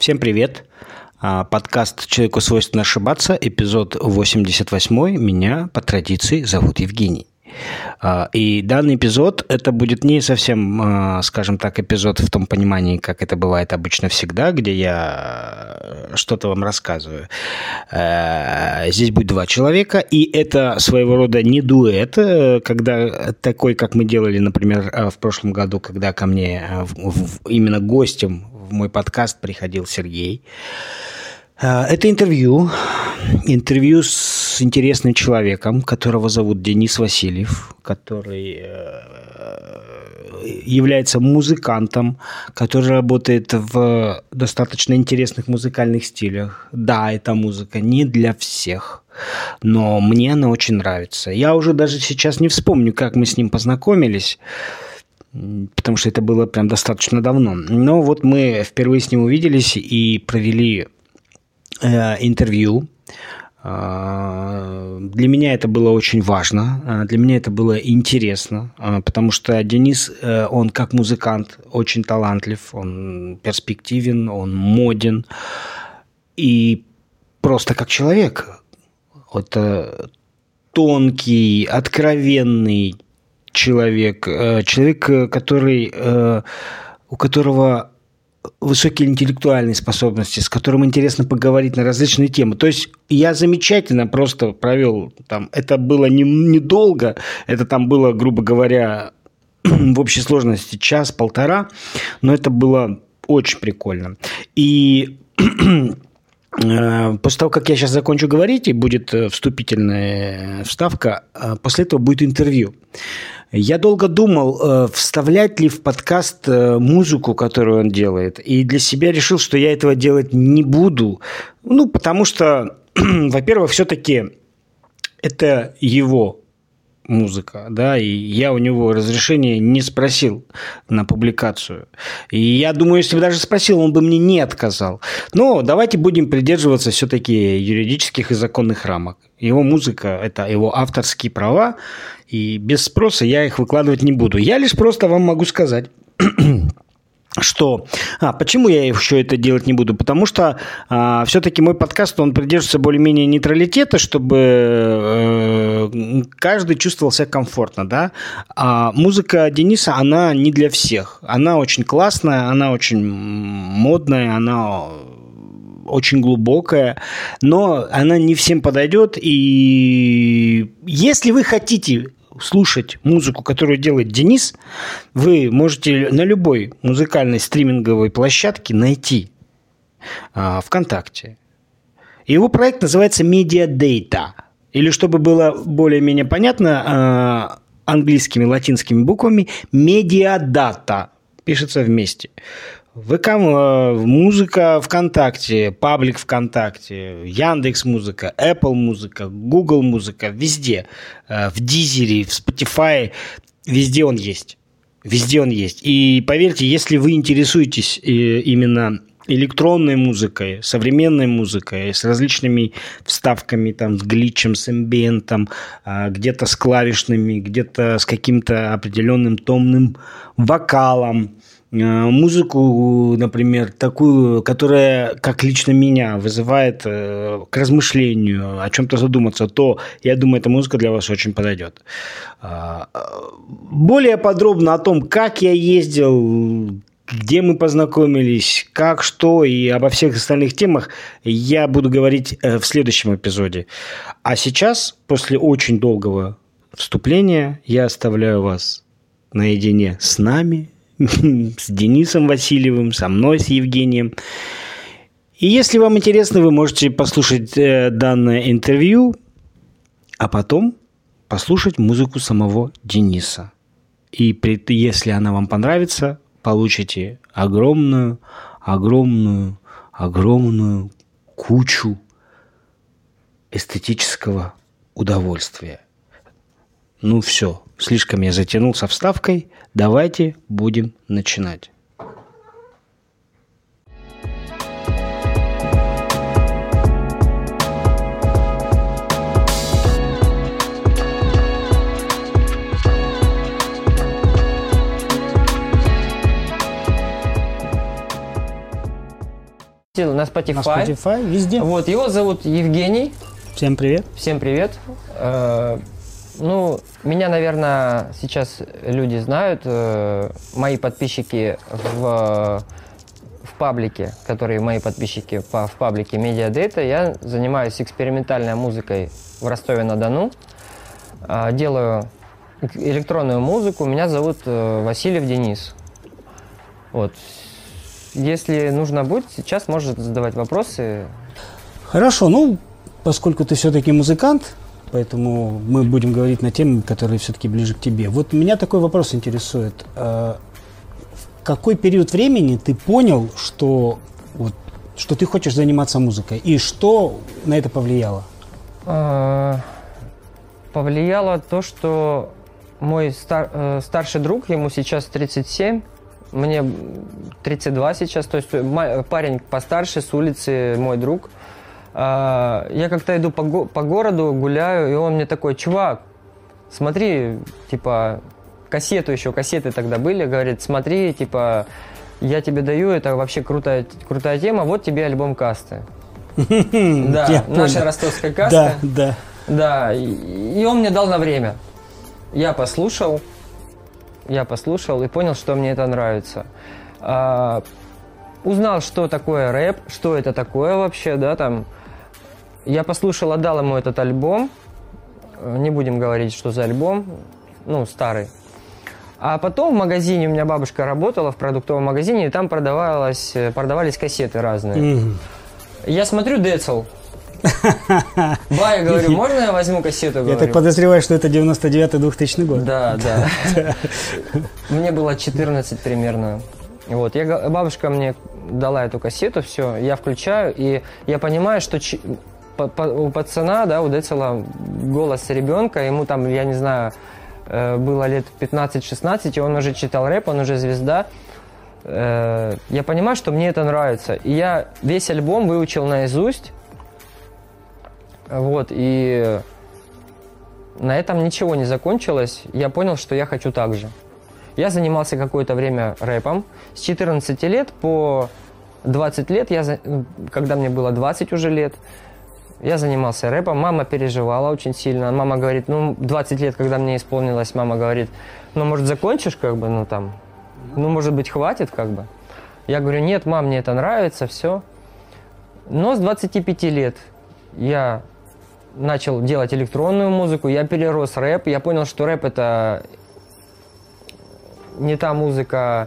Всем привет. Подкаст «Человеку свойственно ошибаться», эпизод 88. Меня по традиции зовут Евгений. И данный эпизод, это будет не совсем, скажем так, эпизод в том понимании, как это бывает обычно всегда, где я что-то вам рассказываю. Здесь будет два человека, и это своего рода не дуэт, когда такой, как мы делали, например, в прошлом году, когда ко мне именно гостем в мой подкаст приходил Сергей. Это интервью с интересным человеком, которого зовут Денис Васильев, который является музыкантом, который работает в достаточно интересных музыкальных стилях. Да, эта музыка не для всех, но мне она очень нравится. Я уже даже сейчас не вспомню, как мы с ним познакомились, потому что это было прям достаточно давно. Но вот мы впервые с ним увиделись и провели интервью. Для меня это было очень важно, для меня это было интересно, потому что Денис, он как музыкант очень талантлив, он перспективен, он моден и просто как человек. Это тонкий, откровенный человек, который, у которого высокие интеллектуальные способности, с которым интересно поговорить на различные темы. То есть я замечательно просто провел там, это было недолго, это там было, грубо говоря, в общей сложности час-полтора, но это было очень прикольно. И после того, как я сейчас закончу говорить, и будет вступительная вставка, после этого будет интервью. Я долго думал, вставлять ли в подкаст музыку, которую он делает, и для себя решил, что я этого делать не буду. Потому что, во-первых, все-таки это его музыка, да, и я у него разрешения не спросил на публикацию. И я думаю, если бы даже спросил, он бы мне не отказал. Но давайте будем придерживаться все-таки юридических и законных рамок. Его музыка – это его авторские права, и без спроса я их выкладывать не буду. Я лишь просто вам могу сказать, что... почему я еще это делать не буду? Потому что все-таки мой подкаст, он придерживается более-менее нейтралитета, чтобы каждый чувствовал себя комфортно, да? А музыка Дениса, она не для всех. Она очень классная, она очень модная, она очень глубокая, но она не всем подойдет. И если вы хотите слушать музыку, которую делает Денис, вы можете на любой музыкальной стриминговой площадке найти ВКонтакте. Его проект называется Media Data. Или, чтобы было более-менее понятно, английскими, латинскими буквами, Media Data. Пишется вместе. Музыка ВКонтакте, паблик ВКонтакте, Яндекс.Музыка, Apple Музыка, Google Музыка, везде. В Дизере, в Spotify, везде он есть. Везде он есть. И поверьте, если вы интересуетесь именно электронной музыкой, современной музыкой, с различными вставками, там, с глитчем, с эмбиентом, где-то с клавишными, где-то с каким-то определенным томным вокалом, музыку, например, такую, которая, как лично меня, вызывает к размышлению, о чем-то задуматься, то, я думаю, эта музыка для вас очень подойдет. Более подробно о том, как я ездил, где мы познакомились, как, что и обо всех остальных темах я буду говорить в следующем эпизоде. А сейчас, после очень долгого вступления, я оставляю вас наедине с нами, с Денисом Васильевым, со мной, с Евгением. И если вам интересно, вы можете послушать данное интервью, а потом послушать музыку самого Дениса. И если она вам понравится, получите огромную кучу эстетического удовольствия. Все, слишком я затянул со вставкой. Давайте будем начинать. на Spotify. На Spotify, везде. Вот, его зовут Евгений. Всем привет. Всем привет. Ну, меня, наверное, сейчас люди знают, мои подписчики в паблике, которые мои подписчики в паблике Медиадата. Я занимаюсь экспериментальной музыкой в Ростове-на-Дону. Делаю электронную музыку. Меня зовут Васильев Денис. Вот. Если нужно будет, сейчас может задавать вопросы. Хорошо, ну, поскольку ты все-таки музыкант, поэтому мы будем говорить на темы, которые все-таки ближе к тебе. Вот меня такой вопрос интересует. В какой период времени ты понял, что ты хочешь заниматься музыкой? И что на это повлияло? Повлияло то, что мой старший друг, ему сейчас 37, мне 32 сейчас, то есть парень постарше с улицы, мой друг. Я как-то иду по городу, гуляю, и он мне такой: чувак, смотри, типа, кассеты тогда были, говорит, смотри, типа, я тебе даю, это вообще крутая тема, вот тебе альбом Касты. Да, наша ростовская Каста. Да. Да, и он мне дал на время. Я послушал и понял, что мне это нравится. Узнал, что такое рэп, что это такое вообще, да, там. Я послушал, отдал ему этот альбом. Не будем говорить, что за альбом, ну, старый. А потом в магазине, у меня бабушка работала в продуктовом магазине, и там продавались кассеты разные. Я смотрю Децл. Я говорю, можно я возьму кассету? Я так подозреваю, что это 99-2000 год. Да. Мне было 14 примерно. Вот, бабушка мне дала эту кассету, все, я включаю, и я понимаю, что у пацана, да, у Децела голос ребенка, ему там, я не знаю, было лет 15-16, и он уже читал рэп, он уже звезда. Я понимаю, что мне это нравится. И я весь альбом выучил наизусть. Вот, и на этом ничего не закончилось. Я понял, что я хочу так же. Я занимался какое-то время рэпом. С 14 лет по 20 лет, когда мне было 20 уже лет, я занимался рэпом. Мама переживала очень сильно. Мама говорит, 20 лет, когда мне исполнилось, мама говорит, может, закончишь, как бы, может быть, хватит, как бы. Я говорю, нет, мам, мне это нравится, все. Но с 25 лет я начал делать электронную музыку, я перерос рэп, я понял, что рэп — это не та музыка,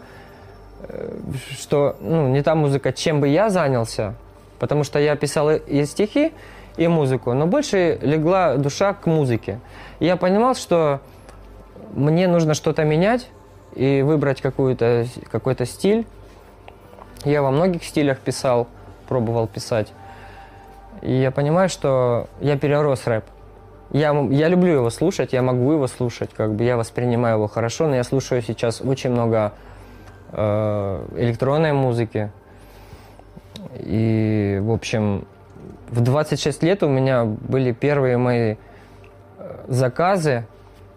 не та музыка, чем бы я занялся, потому что я писал и стихи, и музыку, но больше легла душа к музыке. И я понимал, что мне нужно что-то менять и выбрать какой-то стиль. Я во многих стилях писал, пробовал писать. И я понимаю, что я перерос рэп. Я люблю его слушать, я могу его слушать, как бы я воспринимаю его хорошо, но я слушаю сейчас очень много электронной музыки. И, в общем, в 26 лет у меня были первые мои заказы.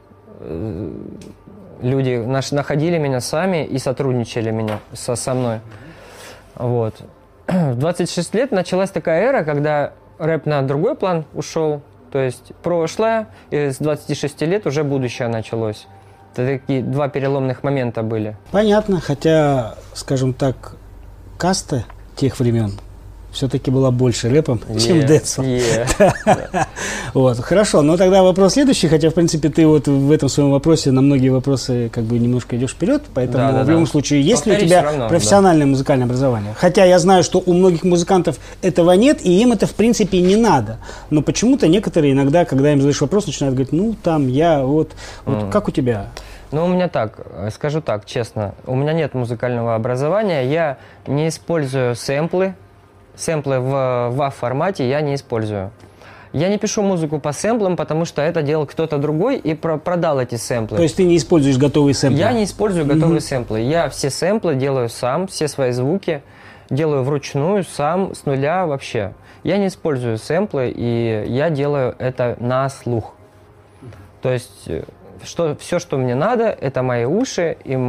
Люди находили меня сами и сотрудничали со мной. Вот. В 26 лет началась такая эра, когда рэп на другой план ушел. То есть прошлое, и с 26 лет уже будущее началось. Это такие два переломных момента были. Понятно, хотя, скажем так, Каста тех времен все-таки была больше рэпом, чем Децл. Вот, хорошо, но тогда вопрос следующий, хотя, в принципе, ты вот в этом своем вопросе на многие вопросы как бы немножко идешь вперед, поэтому в любом случае, есть ли у тебя профессиональное музыкальное образование? Хотя я знаю, что у многих музыкантов этого нет, и им это, в принципе, не надо. Но почему-то некоторые иногда, когда им задаешь вопрос, начинают говорить, как у тебя? Ну, у меня так, скажу так, честно, у меня нет музыкального образования, я не использую сэмплы в WAV-формате я не использую. Я не пишу музыку по сэмплам, потому что это делал кто-то другой и продал эти сэмплы. То есть ты не используешь готовые сэмплы? Я не использую готовые сэмплы. Я все сэмплы делаю сам, все свои звуки делаю вручную, сам, с нуля вообще. Я не использую сэмплы, и я делаю это на слух. То есть все, что мне надо, это мои уши,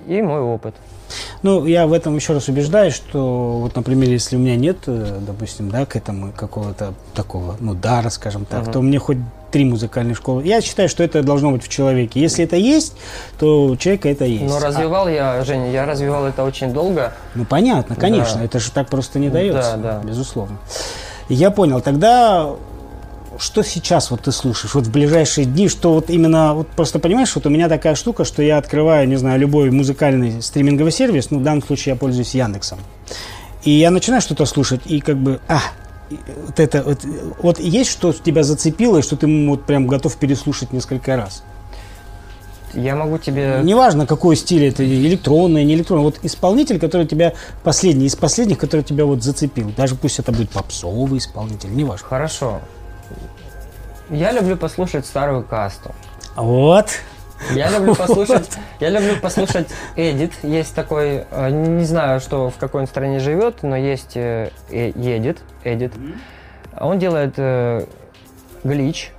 и мой опыт. Ну, я в этом еще раз убеждаюсь, что вот, например, если у меня нет, допустим, да, к этому какого-то такого, ну, дара, скажем так, то мне хоть 3 музыкальные школы. Я считаю, что это должно быть в человеке. Если это есть, то у человека это есть. Но развивал Женя, я развивал это очень долго. Ну, понятно, конечно, Да. это же так просто не дается, Да. безусловно. Я понял. Тогда что сейчас вот ты слушаешь? Вот в ближайшие дни, что вот именно, вот просто понимаешь, вот у меня такая штука, что я открываю, не знаю, любой музыкальный стриминговый сервис, ну, в данном случае я пользуюсь Яндексом. И я начинаю что-то слушать, и как бы, вот это, вот есть, что тебя зацепило, и что ты вот прям готов переслушать несколько раз? Я могу тебе... Неважно, какой стиль это, электронный, не электронный. Вот исполнитель, который тебя последний, из последних, который тебя вот зацепил. Даже пусть это будет попсовый исполнитель, неважно. Хорошо. Я люблю послушать старую касту. Вот. Я люблю послушать Эдит. Есть такой, не знаю, что в какой он стране живет, но есть Эдит. Он делает глич.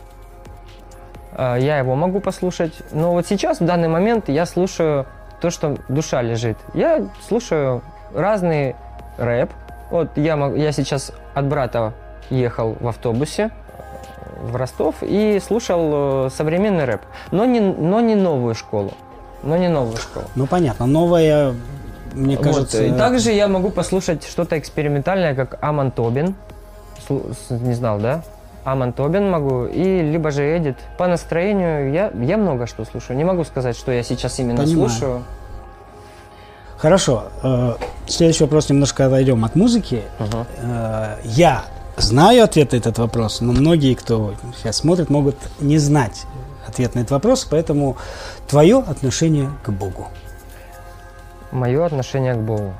Я его могу послушать. Но вот сейчас, в данный момент, я слушаю то, что душа лежит. Я слушаю разный рэп. Вот я сейчас от брата ехал в автобусе в Ростов и слушал современный рэп. Но не новую школу. Ну, понятно. Новая, мне кажется... И также я могу послушать что-то экспериментальное, как Амон Тобин. Не знал, да? Амон Тобин могу. И либо же Эдит. По настроению я много что слушаю. Не могу сказать, что я сейчас именно слушаю. Хорошо. Следующий вопрос, немножко отойдем от музыки. Я знаю ответ на этот вопрос, но многие, кто сейчас смотрит, могут не знать ответ на этот вопрос, поэтому твое отношение к Богу. Мое отношение к Богу.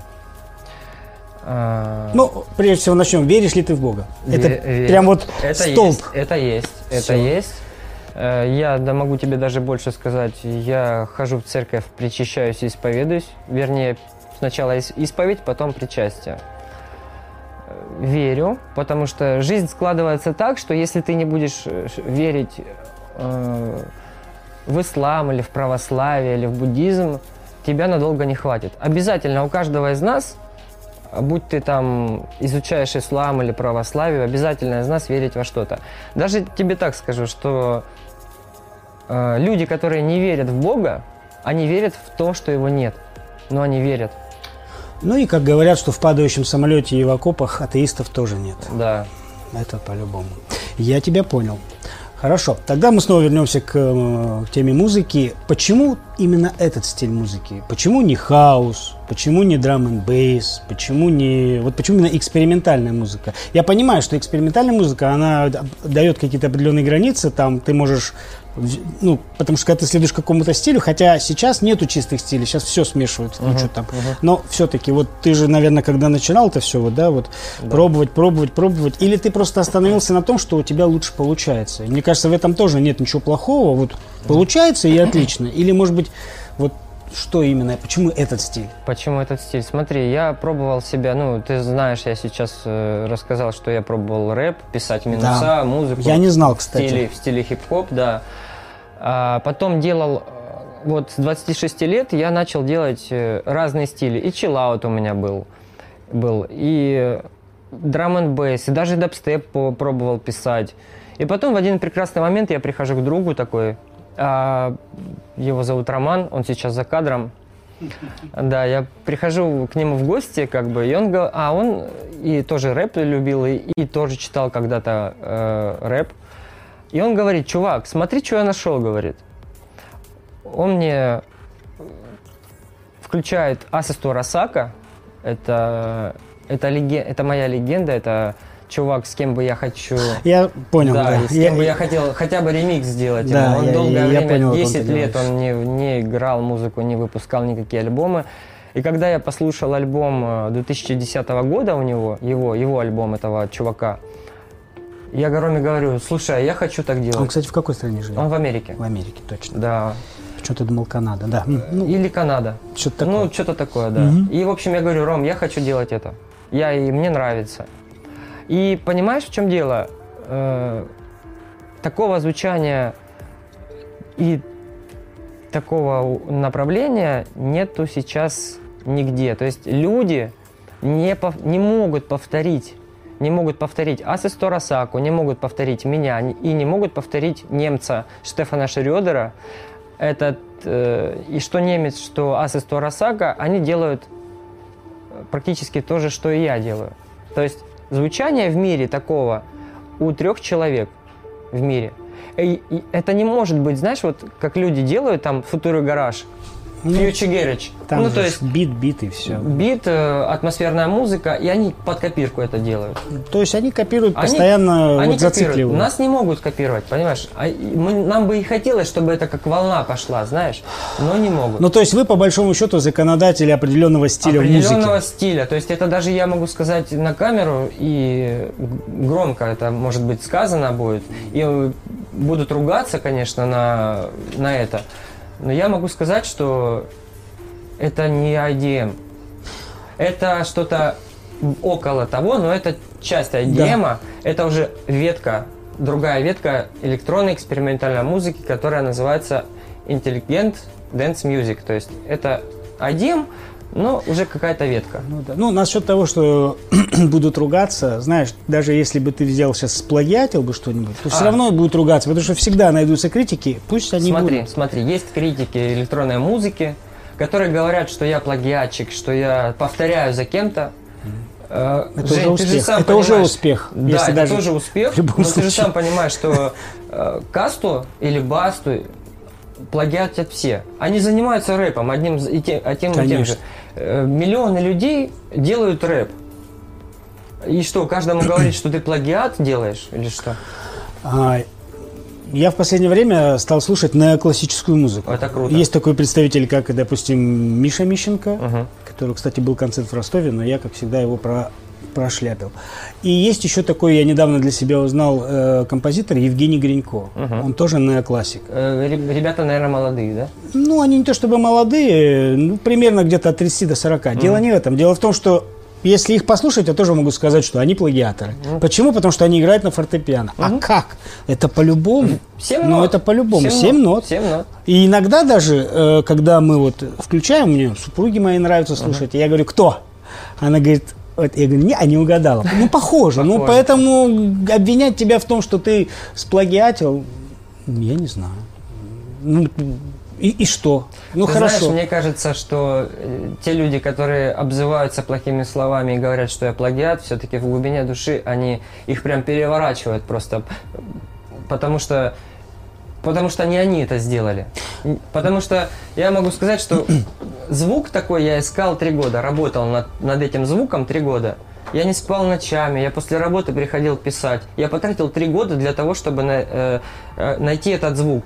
Ну, прежде всего начнем. Веришь ли ты в Бога? Это прям вот столб. Это есть. Я могу тебе даже больше сказать. Я хожу в церковь, причащаюсь и исповедуюсь. Вернее, сначала исповедь, потом причастие. Верю, потому что жизнь складывается так, что если ты не будешь верить в ислам или в православие или в буддизм, тебя надолго не хватит. Обязательно у каждого из нас, будь ты там изучаешь ислам или православие, обязательно из нас верить во что-то. Даже тебе так скажу, что люди, которые не верят в Бога, они верят в то, что его нет, но они верят. Ну и как говорят, что в падающем самолете и в окопах атеистов тоже нет. Да. Это по-любому. Я тебя понял. Хорошо. Тогда мы снова вернемся к теме музыки. Почему именно этот стиль музыки? Почему не хаус? Почему не драм-н-бейс? Почему именно экспериментальная музыка? Я понимаю, что экспериментальная музыка, она дает какие-то определенные границы. Там ты можешь... Ну, потому что когда ты следуешь какому-то стилю, хотя сейчас нету чистых стилей, сейчас все смешивают в кучу там. Но все-таки, вот ты же, наверное, когда начинал это все, пробовать, или ты просто остановился на том, что у тебя лучше получается. И мне кажется, в этом тоже нет ничего плохого. Вот получается и отлично. Или, может быть, вот что именно, почему этот стиль? Почему этот стиль? Смотри, я пробовал себя, ты знаешь, я сейчас рассказал, что я пробовал рэп, писать минуса, музыку. Я не знал, кстати. В стиле хип-хоп, да. А потом делал, вот с 26 лет я начал делать разные стили. И чиллаут у меня был, и драм-н-бейс, и даже дабстеп пробовал писать. И потом в один прекрасный момент я прихожу к другу такой, его зовут Роман, он сейчас за кадром. Да, я прихожу к нему в гости, и он и тоже рэп любил, и тоже читал когда-то рэп. И он говорит: чувак, смотри, что я нашел, говорит. Он мне включает Асисту Росака, это моя легенда, это чувак, с кем бы я хочу... Я понял, да. С кем бы я хотел хотя бы ремикс сделать. Да, он долгое время, понял, 10 лет, он не играл музыку, не выпускал никакие альбомы. И когда я послушал альбом 2010 года у него, его альбом этого чувака, я Роме говорю: слушай, я хочу так делать. Он, кстати, в какой стране живет? Он в Америке. В Америке, точно. Да. Почему-то думал Канада, да. Или Канада. Что-то такое. Что-то такое, да. И, в общем, я говорю: Ром, я хочу делать это. И мне нравится. И понимаешь, в чем дело? Такого звучания и такого направления нету сейчас нигде. То есть люди не могут повторить Асис Торасаку, не могут повторить меня и не могут повторить немца Штефана Шрёдера. И что немец, что Асис Торасака, они делают практически то же, что и я делаю. То есть звучание в мире такого у 3 человек в мире. И это не может быть, знаешь, вот как люди делают там Future Garage, Future Garage. Там то есть бит и все. Бит, атмосферная музыка, и они под копирку это делают. То есть они копируют постоянно, они зацикливают. Нас не могут копировать, понимаешь? Нам бы и хотелось, чтобы это как волна пошла, знаешь, но не могут. Ну, то есть вы, по большому счету, законодатели определенного стиля музыки. Определенного стиля. То есть это даже я могу сказать на камеру, и громко это, может быть, сказано будет. И будут ругаться, конечно, на это. Но я могу сказать, что это не IDM. Это что-то около того, но это часть IDM. Да. Это уже другая ветка электронной экспериментальной музыки, которая называется Intelligent Dance Music. То есть это IDM, но уже какая-то ветка. Ну, насчет того, что будут ругаться, знаешь, даже если бы ты взял сейчас сплагиатил бы что-нибудь, то все равно будут ругаться, потому что всегда найдутся критики, пусть они будут. Смотри, есть критики электронной музыки, которые говорят, что я плагиатчик, что я повторяю за кем-то. Это Жень, уже успех. Это уже успех. Да, если это тоже успех, но ты же сам понимаешь, что Касту или Басту плагиатят все. Они занимаются рэпом одним и тем же. Миллионы людей делают рэп. И что, каждому говорить, что ты плагиат делаешь или что? Я в последнее время стал слушать неоклассическую музыку. Это круто. Есть такой представитель, как, допустим, Миша Мищенко, который, кстати, был концерт в Ростове, но я, как всегда, его прошляпил. И есть еще такой, я недавно для себя узнал, композитор Евгений Гринько. Он тоже неоклассик. Ребята, наверное, молодые, да? Ну, они не то чтобы молодые, примерно где-то от 30 до 40. Дело не в этом. Дело в том, что если их послушать, я тоже могу сказать, что они плагиаторы. Почему? Потому что они играют на фортепиано. А как? Это по-любому. 7 нот. Ну, это по-любому. 7 нот. 7 нот. И иногда даже, когда мы вот включаем, мне супруге моей нравится слушать, я говорю, кто? Она говорит, я говорю, не угадала. Ну, похоже. Ну, поэтому обвинять тебя в том, что ты сплагиатил, я не знаю. Ну, и что? Ну, ты хорошо. Знаешь, мне кажется, что те люди, которые обзываются плохими словами и говорят, что я плагиат, все-таки в глубине души они их прям переворачивают просто, потому что не они это сделали. Потому что я могу сказать, что звук такой я искал 3 года, работал над этим звуком 3 года. Я не спал ночами, я после работы приходил писать. Я потратил 3 года для того, чтобы найти этот звук.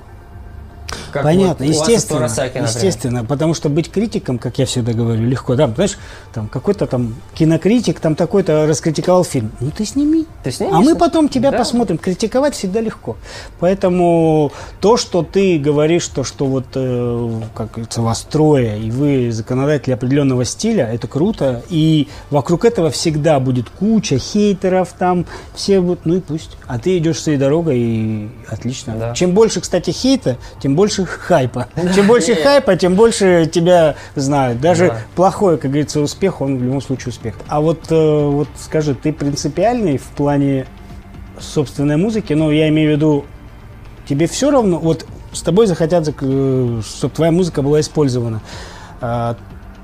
Как понятно, вот естественно, потому что быть критиком, как я всегда говорю, легко. Да, знаешь, там какой-то там кинокритик, там такой-то раскритиковал фильм. Ну ты сними. А мы потом тебя посмотрим. Критиковать всегда легко. Поэтому то, что ты говоришь, что вот, как говорится, вас 3, и вы законодатели определенного стиля, это круто. И вокруг этого всегда будет куча хейтеров, там все будут, ну и пусть. А ты идешь своей дорогой, и отлично. Да. Чем больше, кстати, хейта, тем больше хайпа. Чем больше хайпа, тем больше тебя знают. Даже плохой, как говорится, успех, он в любом случае успех. А вот скажи, ты принципиальный в плане собственной музыки? Ну, я имею в виду, тебе все равно, вот с тобой захотят, чтобы твоя музыка была использована. Как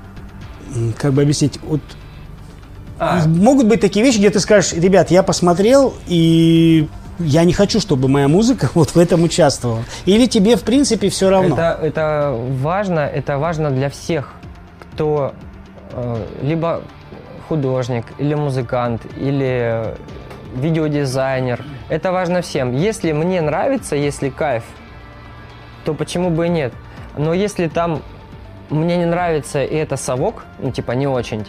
бы объяснить? Вот могут быть такие вещи, где ты скажешь, ребят, я посмотрел, и я не хочу, чтобы моя музыка вот в этом участвовала. Или тебе, в принципе, все равно? Это важно для всех, кто либо художник, или музыкант, или видеодизайнер. Это важно всем. Если мне нравится, если кайф, то почему бы и нет? Но если там мне не нравится, и это совок, ну, типа, не очень,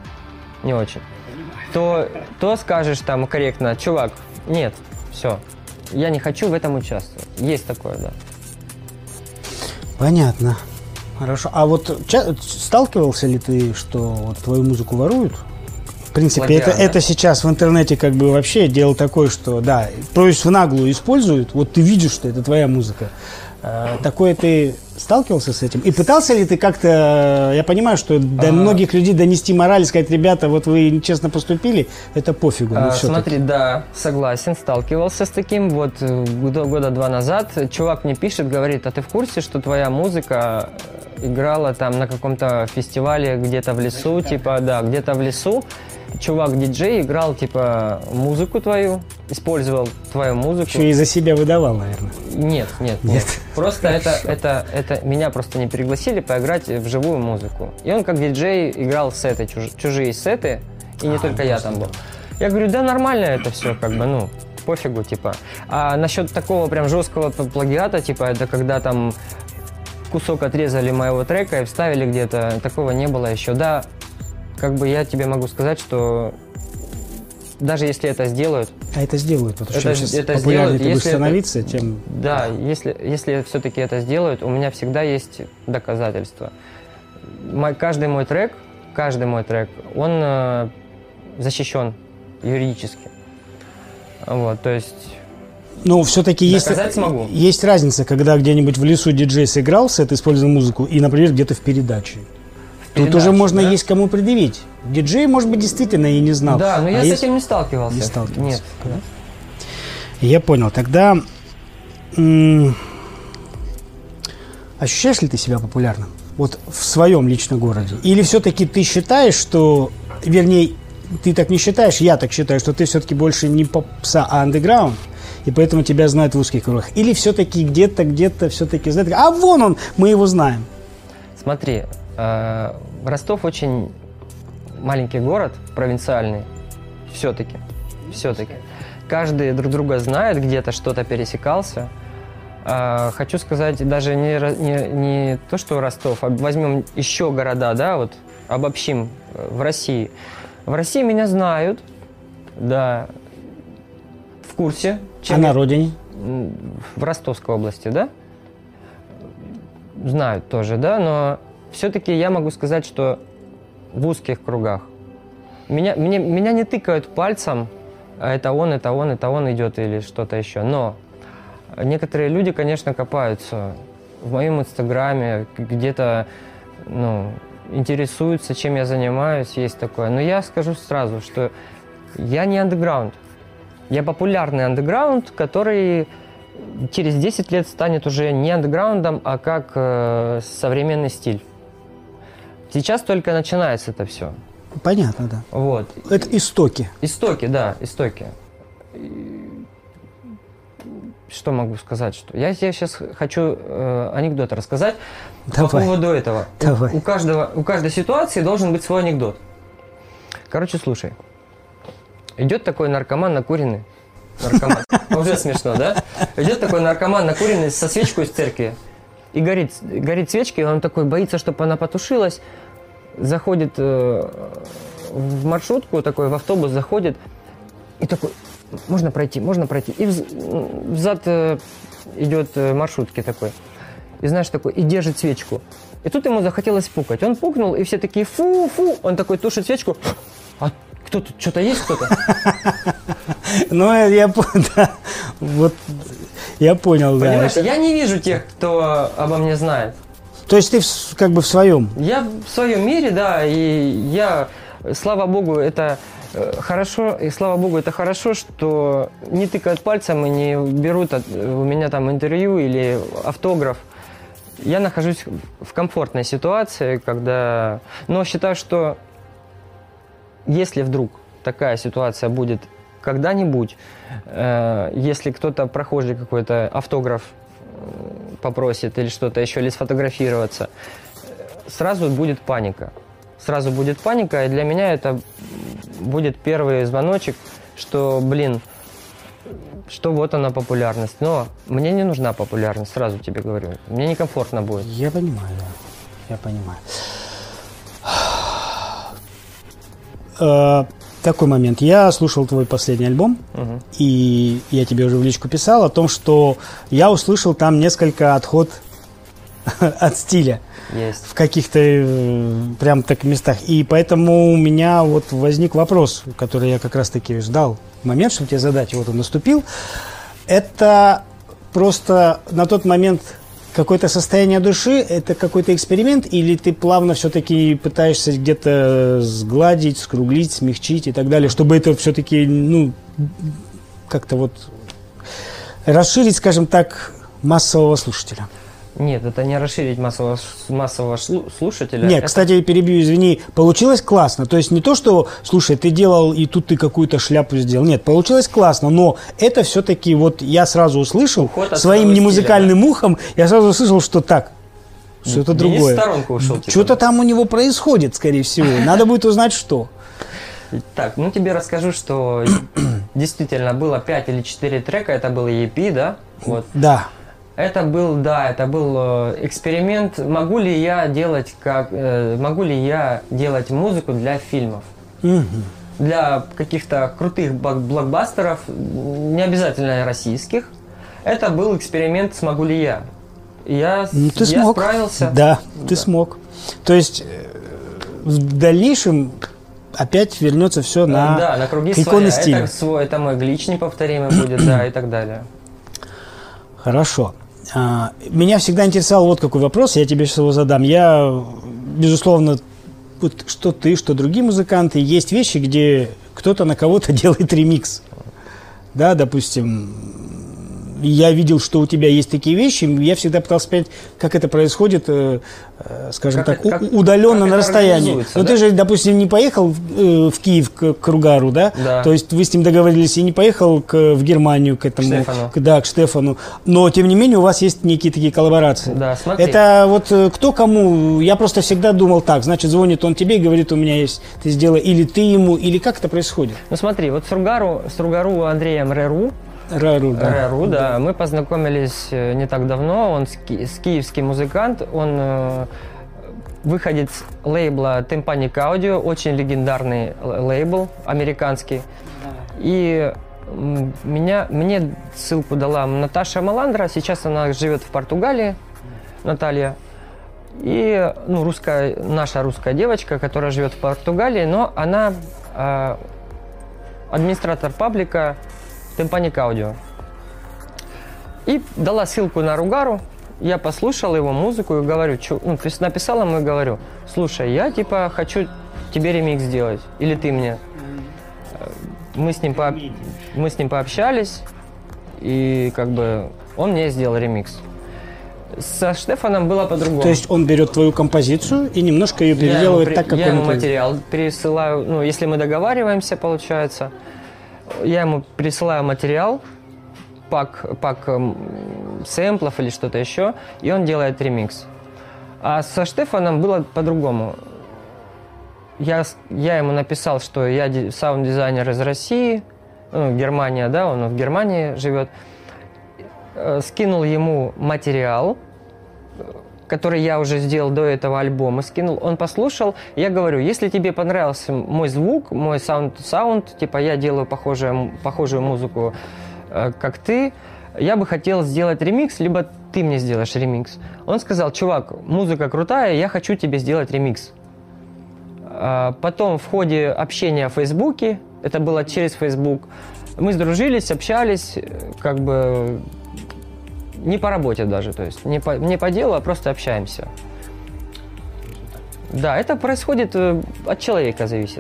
то скажешь там корректно, чувак, нет, все, я не хочу в этом участвовать. Есть такое, да. Понятно. Хорошо. А вот сталкивался ли ты, что вот твою музыку воруют? В принципе, это сейчас в интернете как бы вообще дело такое, что да, то есть в наглую используют, вот ты видишь, что это твоя музыка. Такое ты сталкивался с этим? И пытался ли ты как-то, я понимаю, что до многих людей донести мораль, сказать, ребята, вот вы нечестно поступили, это пофигу. Смотри, да, согласен, сталкивался с таким. Вот года 2 назад чувак мне пишет, говорит, а ты в курсе, что твоя музыка играла там на каком-то фестивале где-то в лесу, типа, да, где-то в лесу. Чувак-диджей играл, типа, музыку твою, использовал твою музыку. Еще и за себя выдавал, наверное. Нет. Просто это меня просто не пригласили поиграть в живую музыку. И он как диджей играл сеты, чужие сеты, и не только я там был. Я говорю, да нормально это все, как бы, ну, пофигу, типа. А насчет такого прям жесткого плагиата, типа, это когда там кусок отрезали моего трека и вставили где-то, такого не было еще. Да, как бы я тебе могу сказать, что даже если это сделают... А это сделают, потому что сейчас популярнее ты будешь становиться, тем... Да, если все-таки это сделают, у меня всегда есть доказательства. Каждый мой трек, он защищен юридически. Вот, то есть... Но все-таки есть разница, когда где-нибудь в лесу диджей сыграл сет, используя музыку, и, например, где-то в передаче. Тут уже можно есть кому предъявить. Диджей, может быть, действительно и не знал. Да, но я с этим не сталкивался. Не сталкивался. Нет. Да? Я понял. Тогда ощущаешь ли ты себя популярным? Вот в своем личном городе? Или все-таки ты считаешь, что... Вернее, ты так не считаешь, я так считаю, что ты все-таки больше не попса, а андеграунд, и поэтому тебя знают в узких кругах. Или все-таки где-то все-таки знают, а вон он, мы его знаем. Смотри, Ростов очень маленький город, провинциальный, все-таки. Каждый друг друга знает, где-то что-то пересекался. Хочу сказать, даже не то, что Ростов, а возьмем еще города, да, вот обобщим в России. В России меня знают, да, в курсе. А на родине? В Ростовской области, да? Знают тоже, да, но все-таки я могу сказать, что в узких кругах. Меня не тыкают пальцем, а это он идет или что-то еще. Но некоторые люди, конечно, копаются в моем инстаграме, где-то, ну, интересуются, чем я занимаюсь, есть такое. Но я скажу сразу, что я не андеграунд. Я популярный андеграунд, который через 10 лет станет уже не андеграундом, а как современный стиль. Сейчас только начинается это все. Понятно, да. Вот. Это истоки. Истоки. Что могу сказать? Что я сейчас хочу анекдот рассказать. Давай. По поводу этого. Давай. У каждой ситуации должен быть свой анекдот. Короче, слушай. Идет такой наркоман накуренный. Уже смешно, да? Идет такой наркоман накуренный со свечкой из церкви. И горит свечка, и он такой боится, чтобы она потушилась. Заходит в маршрутку, такой в автобус заходит. И такой, можно пройти. И взад идет маршрутки такой. И знаешь, такой, и держит свечку. И тут ему захотелось пукать. Он пукнул, и все такие, фу. Он такой тушит свечку. А кто тут? Что-то есть кто-то? Ну, я понял, да. Вот, я понял, да. Понимаешь, я не вижу тех, кто обо мне знает. То есть ты как бы в своем? Я в своем мире, да, и я, слава богу, это хорошо, что не тыкают пальцем и не берут у меня там интервью или автограф. Я нахожусь в комфортной ситуации, когда... Но считаю, что если вдруг такая ситуация будет когда-нибудь, если кто-то прохожий какой-то автограф попросит или что-то еще, или сфотографироваться, сразу будет паника. И для меня это будет первый звоночек, что, что вот она популярность. Но мне не нужна популярность, сразу тебе говорю. Мне некомфортно будет. Я понимаю, да. Я понимаю. Такой момент. Я слушал твой последний альбом, и я тебе уже в личку писал о том, что я услышал там несколько отход от стиля. Есть. В каких-то прям так местах. И поэтому у меня вот возник вопрос, который я как раз-таки ждал момент, чтобы тебе задать, и вот он наступил. Это просто на тот момент какое-то состояние души, это какой-то эксперимент, или ты плавно все-таки пытаешься где-то сгладить, скруглить, смягчить и так далее, чтобы это все-таки, ну, как-то вот расширить, скажем так, массового слушателя? Нет, это не расширить массового слушателя. Нет, это... кстати, перебью, извини, получилось классно. То есть не то, что, слушай, ты делал, и тут ты какую-то шляпу сделал. Нет, получилось классно, но это все-таки, вот я сразу услышал, своим немузыкальным стиля, ухом, я сразу услышал, что так, что-то другое. В сторонку ушел. Что-то там у него происходит, скорее всего. Надо будет узнать, что. Так, ну тебе расскажу, что действительно было 5 или 4 трека, это был EP, да? Вот. Да. Это был эксперимент. Могу ли я делать музыку для фильмов? Для каких-то крутых блокбастеров, не обязательно российских. Это был эксперимент, смогу ли я. Я справился. Да, ты смог. То есть в дальнейшем опять вернется все на круги своя. Это мой глич неповторимый будет, да, и так далее. Хорошо. Меня всегда интересовал вот какой вопрос, я тебе сейчас его задам. Я, безусловно, вот что ты, что другие музыканты, есть вещи, где кто-то на кого-то делает ремикс. Да, допустим, я видел, что у тебя есть такие вещи, я всегда пытался понять, как это происходит, скажем удаленно на расстоянии. Но да? Ты же, допустим, не поехал в Киев к Ругару, да? Да. То есть вы с ним договорились и не поехал в Германию к этому, к Штефану. Но, тем не менее, у вас есть некие такие коллаборации. Да, смотри. Это вот кто кому, я просто всегда думал так, значит, звонит он тебе и говорит, у меня есть, ты сделай, или ты ему, или как это происходит? Ну смотри, вот с Ругару Андреем Реру, да. Мы познакомились не так давно. Он киевский музыкант. Он выходец лейбла Tympanic Audio, очень легендарный лейбл американский. И мне ссылку дала Наташа Маландра. Сейчас она живет в Португалии, Наталья. И наша русская девочка, которая живет в Португалии, но она администратор паблика Tympanic Audio. И дала ссылку на Ругару. Я послушал его музыку и говорю, написал ему и говорю, слушай, я хочу тебе ремикс сделать. Или ты мне. Мы с ним пообщались, и он мне сделал ремикс. Со Штефаном было по-другому. То есть он берет твою композицию и немножко ее переделывает так, как я ему материал пересылаю, если мы договариваемся, получается. Я ему присылаю материал, пак сэмплов или что-то еще, и он делает ремикс. А со Штефаном было по-другому. Я ему написал, что я саунд-дизайнер из России, Германия, да, он в Германии живет. Скинул ему материал, который я уже сделал до этого альбома, скинул, он послушал, я говорю, если тебе понравился мой звук, мой саунд, я делаю похожую музыку, как ты, я бы хотел сделать ремикс, либо ты мне сделаешь ремикс. Он сказал, чувак, музыка крутая, я хочу тебе сделать ремикс. Потом в ходе общения в Фейсбуке, это было через Фейсбук, мы сдружились, общались, не по работе даже, то есть не по делу, а просто общаемся. Да, это происходит от человека зависит.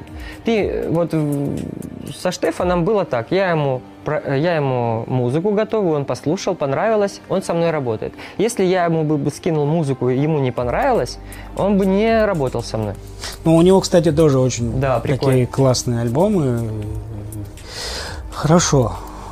Со Штефаном было так, я ему музыку готовую, он послушал, понравилось, он со мной работает. Если я ему бы скинул музыку, и ему не понравилось, он бы не работал со мной. Ну, у него, кстати, тоже очень такие прикольно. Классные альбомы. Хорошо.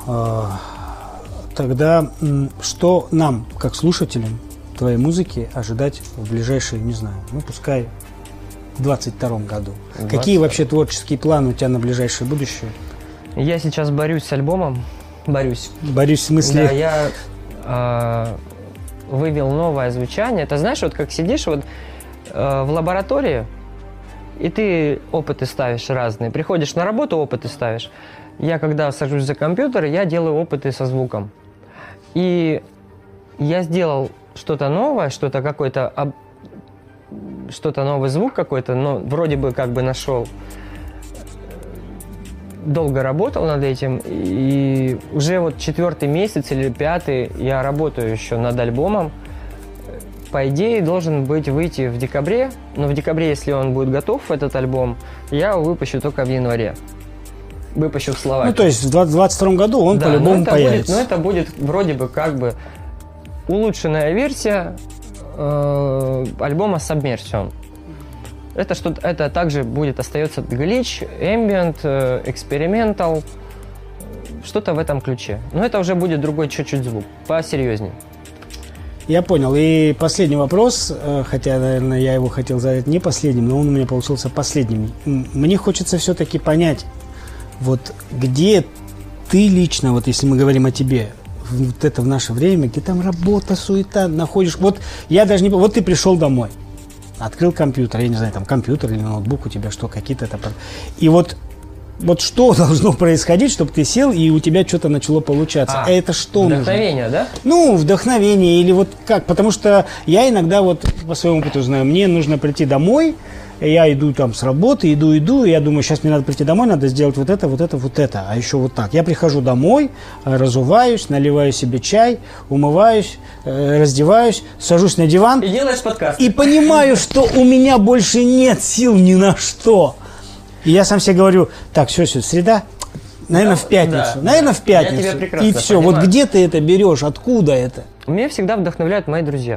Тогда что нам, как слушателям твоей музыки, ожидать в ближайшие, не знаю, пускай в 2022 году? Какие вообще творческие планы у тебя на ближайшее будущее? Я сейчас борюсь с альбомом. Борюсь в смысле? Да, я вывел новое звучание. Ты знаешь, как сидишь в лаборатории, и ты опыты ставишь разные. Приходишь на работу, опыты ставишь. Я, когда сажусь за компьютер, я делаю опыты со звуком. И я сделал что-то новое, что-то новый звук какой-то, но вроде бы нашел. Долго работал над этим, и уже 4-й месяц или 5-й я работаю еще над альбомом. по идее, должен выйти в декабре. Но в декабре, если он будет готов, этот альбом, я его выпущу только в январе. Выпущу в Словакии. Ну, то есть в 2022 году он по-любому появится. Это будет вроде бы как бы улучшенная версия альбома Submersion. Это также остается глич, ambient, experimental, что-то в этом ключе. Но это уже будет другой чуть-чуть звук, посерьезнее. Я понял. И последний вопрос, хотя, наверное, я его хотел задать не последним, но он у меня получился последним. Мне хочется все-таки понять, вот где ты лично, вот если мы говорим о тебе, вот это в наше время, где там работа, суета, находишь, вот я даже не... Вот ты пришел домой, открыл компьютер, я не знаю, там компьютер или ноутбук у тебя, что, какие-то это... И вот что должно происходить, чтобы ты сел и у тебя что-то начало получаться? Это что вдохновение, нужно? Да? Ну, вдохновение или вот как? Потому что я иногда вот по своему опыту знаю, мне нужно прийти домой, я иду там с работы, иду, и я думаю, сейчас мне надо прийти домой, надо сделать вот это, а еще вот так. Я прихожу домой, разуваюсь, наливаю себе чай, умываюсь, раздеваюсь, сажусь на диван. И делаешь подкаст. И понимаю, что у меня больше нет сил ни на что. И я сам себе говорю, так, все, среда, наверное, в пятницу. Наверное, в пятницу. Я тебя прекрасно и все, понимаю. вот где ты это берешь, откуда это? Меня всегда вдохновляют мои друзья.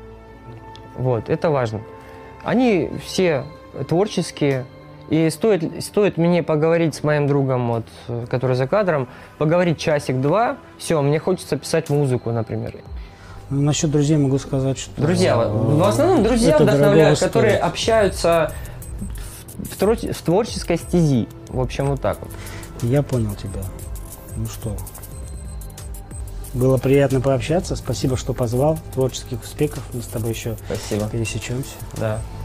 Вот, это важно. Они все творческие. И стоит мне поговорить с моим другом, вот, который за кадром, поговорить часик-два, все, мне хочется писать музыку, например. Насчет друзей могу сказать, что... Друзья, в основном друзья вдохновляют, которые общаются в творческой стези. В общем, вот так вот. Я понял тебя. Ну что, было приятно пообщаться. Спасибо, что позвал. Творческих успехов. Мы с тобой еще Спасибо. пересечемся. Да.